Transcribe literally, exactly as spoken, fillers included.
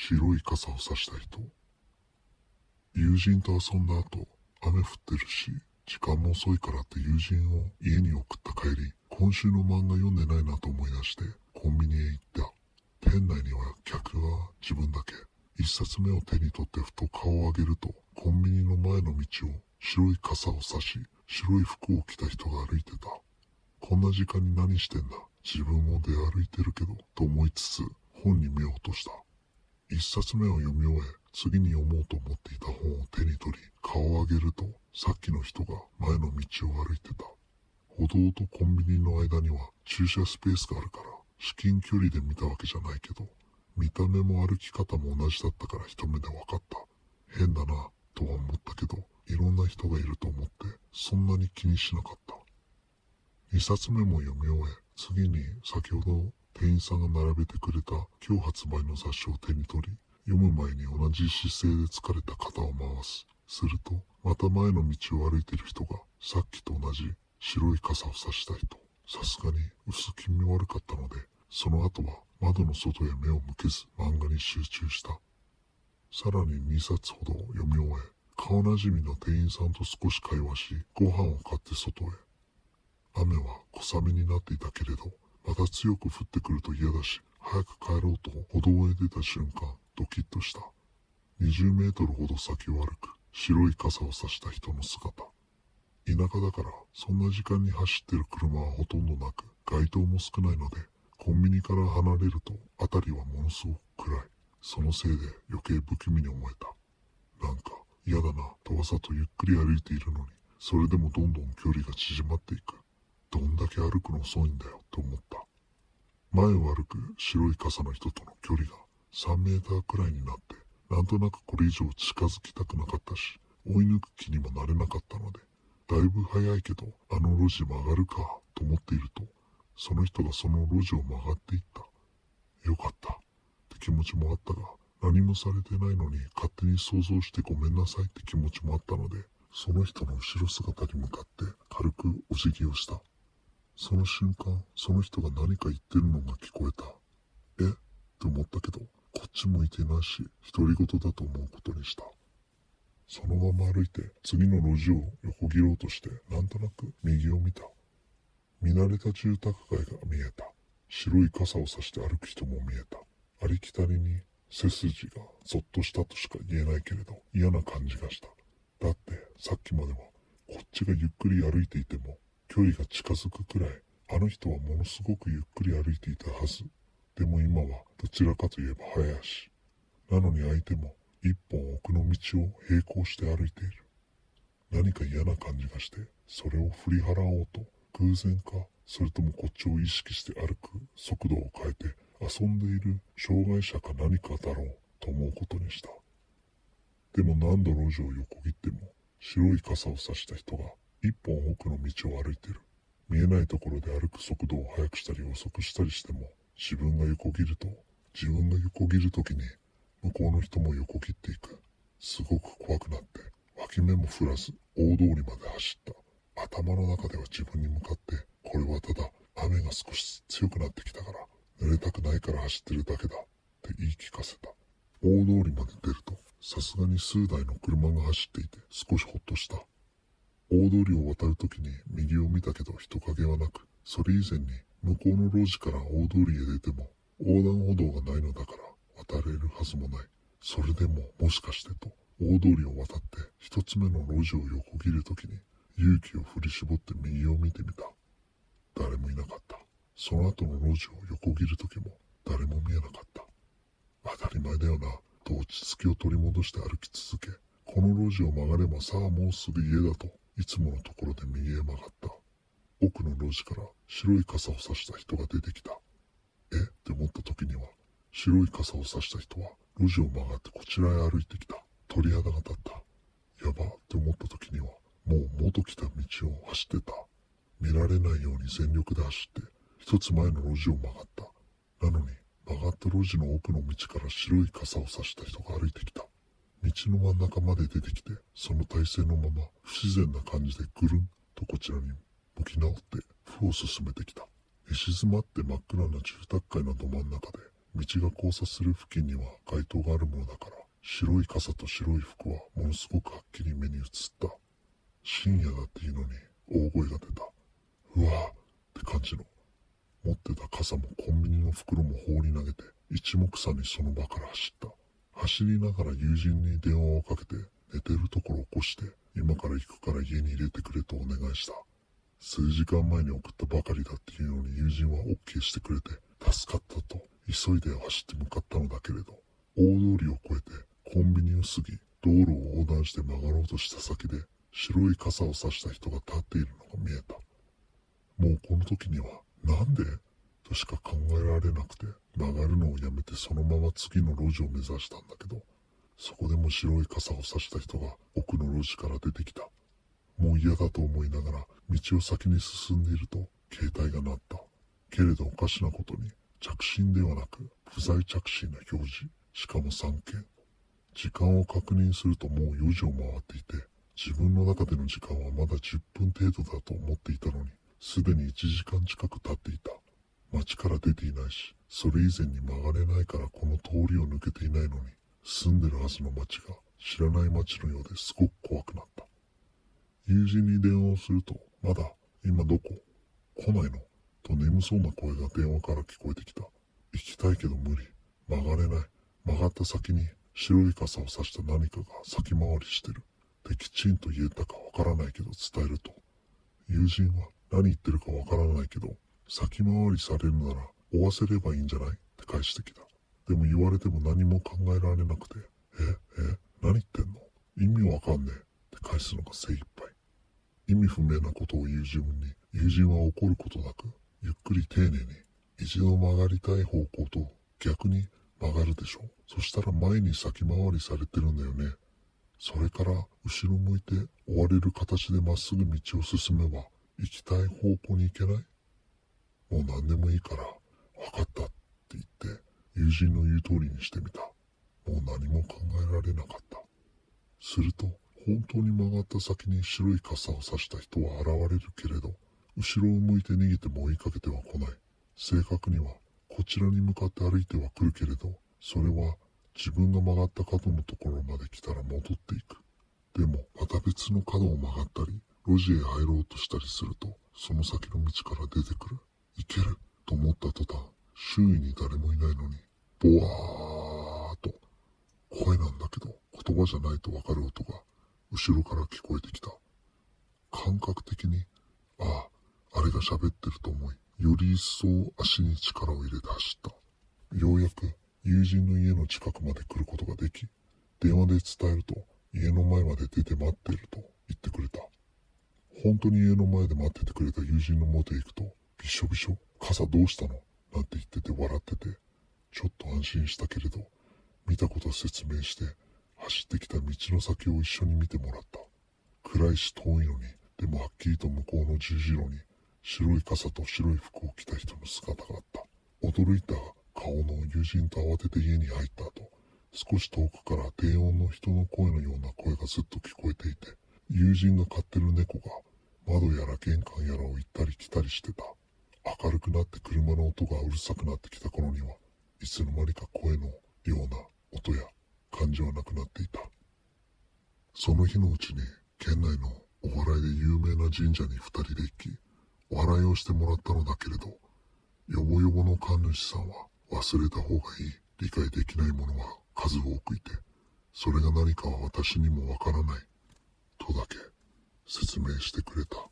白い傘を差した人。友人と遊んだ後、雨降ってるし、時間も遅いからって友人を家に送った帰り、今週の漫画読んでないなと思い出してコンビニへ行った。店内には客は自分だけ。一冊目を手に取ってふと顔を上げると、コンビニの前の道を白い傘を差し、白い服を着た人が歩いてた。こんな時間に何してんだ、自分も出歩いてるけどと思いつつ本に目を落とした。一冊目を読み終え、次に読もうと思っていた本を手に取り、顔を上げるとさっきの人が前の道を歩いてた。歩道とコンビニの間には駐車スペースがあるから至近距離で見たわけじゃないけど、見た目も歩き方も同じだったから一目で分かった。変だなとは思ったけど、いろんな人がいると思ってそんなに気にしなかった。二冊目も読み終え、次に先ほど店員さんが並べてくれた今日発売の雑誌を手に取り、読む前に同じ姿勢で疲れた肩を回す。するとまた前の道を歩いている人がさっきと同じ白い傘を差した人。さすがに薄気味悪かったので、その後は窓の外へ目を向けず漫画に集中した。さらににさつほど読み終え、顔なじみの店員さんと少し会話し、ご飯を買って外へ。雨は小雨になっていたけれど、また強く降ってくると嫌だし、早く帰ろうと歩道へ出た瞬間、ドキッとした。にじゅうメートルほど先を歩く白い傘を差した人の姿。田舎だからそんな時間に走ってる車はほとんどなく、街灯も少ないので、コンビニから離れると辺りはものすごく暗い。そのせいで余計不気味に思えた。なんか嫌だなとわざとゆっくり歩いているのに、それでもどんどん距離が縮まっていく。どんだけ歩くの遅いんだよと思った。前を歩く白い傘の人との距離がさんメーターくらいになって、なんとなくこれ以上近づきたくなかったし、追い抜く気にもなれなかったので、だいぶ早いけどあの路地曲がるかと思っていると、その人がその路地を曲がっていった。よかったって気持ちもあったが、何もされてないのに勝手に想像してごめんなさいって気持ちもあったので、その人の後ろ姿に向かって軽くお辞儀をした。その瞬間、その人が何か言ってるのが聞こえた。えって思ったけど、こっち向いてないし、独り言だと思うことにした。そのまま歩いて次の路地を横切ろうとして、なんとなく右を見た。見慣れた住宅街が見えた。白い傘を差して歩く人も見えた。ありきたりに背筋がゾッとしたとしか言えないけれど、嫌な感じがした。だってさっきまではこっちがゆっくり歩いていても距離が近づくくらい、あの人はものすごくゆっくり歩いていたはず。でも今はどちらかといえば早足。なのに相手も一本奥の道を並行して歩いている。何か嫌な感じがして、それを振り払おうと、偶然かそれともこっちを意識して歩く速度を変えて遊んでいる障害者か何かだろうと思うことにした。でも何度路地を横切っても白い傘を差した人が一本奥の道を歩いてる。見えないところで歩く速度を速くしたり遅くしたりしても、自分が横切ると自分が横切るときに向こうの人も横切っていく。すごく怖くなって脇目も振らず大通りまで走った。頭の中では自分に向かって、これはただ雨が少し強くなってきたから濡れたくないから走ってるだけだって言い聞かせた。大通りまで出るとさすがに数台の車が走っていて少しほっとした。大通りを渡るときに右を見たけど人影はなく、それ以前に向こうの路地から大通りへ出ても横断歩道がないのだから渡れるはずもない。それでももしかしてと大通りを渡って一つ目の路地を横切るときに勇気を振り絞って右を見てみた。誰もいなかった。その後の路地を横切るときも誰も見えなかった。当たり前だよなと落ち着きを取り戻して歩き続け、この路地を曲がればさあもうすぐ家だといつものところで右へ曲がった。奥の路地から白い傘を差した人が出てきた。えって思った時には、白い傘を差した人は路地を曲がってこちらへ歩いてきた。鳥肌が立った。やばって思った時にはもう元来た道を走ってた。見られないように全力で走って一つ前の路地を曲がった。なのに曲がった路地の奥の道から白い傘を差した人が歩いてきた。道の真ん中まで出てきて、その体勢のまま不自然な感じでぐるんとこちらに向き直って歩を進めてきた。寝静まって真っ暗な住宅街のど真ん中で道が交差する付近には街灯があるものだから、白い傘と白い服はものすごくはっきり目に映った。深夜だっていうのに大声が出た。うわーって感じの。持ってた傘もコンビニの袋も放り投げて、一目散にその場から走った。走りながら友人に電話をかけて、寝てるところを起こして、今から行くから家に入れてくれとお願いした。数時間前に送ったばかりだっていうのに友人は OK してくれて、助かったと急いで走って向かったのだけれど、大通りを越えてコンビニを過ぎ、道路を横断して曲がろうとした先で、白い傘を差した人が立っているのが見えた。もうこの時には、なんでとしか考えられなくて、曲がるのをやめてそのまま次の路地を目指したんだけど、そこでも白い傘を差した人が奥の路地から出てきた。もう嫌だと思いながら道を先に進んでいると携帯が鳴った。けれどおかしなことに着信ではなく不在着信の表示、しかもさんけん。時間を確認するともうよじを回っていて、自分の中での時間はまだじゅっぷん程度だと思っていたのに、すでにいちじかん近く経っていた。街から出ていないし、それ以前に曲がれないからこの通りを抜けていないのに、住んでるはずの街が知らない街のようですごく怖くなった。友人に電話をすると、まだ、今どこ来ないのと眠そうな声が電話から聞こえてきた。行きたいけど無理。曲がれない。曲がった先に白い傘を差した何かが先回りしてる。ってきちんと言えたかわからないけど伝えると、友人は何言ってるかわからないけど、先回りされるなら追わせればいいんじゃないって返してきた。でも言われても何も考えられなくて、え、え、何言ってんの意味わかんねえって返すのが精一杯。意味不明なことを言う自分に友人は怒ることなく、ゆっくり丁寧に一度曲がりたい方向と逆に曲がるでしょ。そしたら前に先回りされてるんだよね。それから後ろ向いて追われる形でまっすぐ道を進めば行きたい方向に行けない？もう何でもいいから分かったって言って友人の言う通りにしてみた。もう何も考えられなかった。すると本当に曲がった先に白い傘を差した人は現れるけれど、後ろを向いて逃げても追いかけては来ない。正確にはこちらに向かって歩いては来るけれど、それは自分が曲がった角のところまで来たら戻っていく。でもまた別の角を曲がったり路地へ入ろうとしたりすると、その先の道から出てくる。行けると思った途端、周囲に誰もいないのにボワーっと声なんだけど言葉じゃないとわかる音が後ろから聞こえてきた。感覚的に、ああ、あれが喋ってると思い、より一層足に力を入れて走った。ようやく友人の家の近くまで来ることができ、電話で伝えると家の前まで出て待っていると言ってくれた。本当に家の前で待っててくれた友人の元へ行くと、びしょびしょ、傘どうしたのなんて言ってて笑ってて、ちょっと安心したけれど、見たことを説明して走ってきた道の先を一緒に見てもらった。暗いし遠いのに、でもはっきりと向こうの十字路に白い傘と白い服を着た人の姿があった。驚いた顔の友人と慌てて家に入った後、少し遠くから低音の人の声のような声がずっと聞こえていて、友人が飼ってる猫が窓やら玄関やらを行ったり来たりしてた。明るくなって車の音がうるさくなってきた頃には、いつの間にか声のような音や感じはなくなっていた。その日のうちに県内のお笑いで有名な神社に二人で行き、お笑いをしてもらったのだけれど、よぼよぼの神主さんは忘れた方がいい、理解できないものは数多くいて、それが何かは私にもわからないとだけ説明してくれた。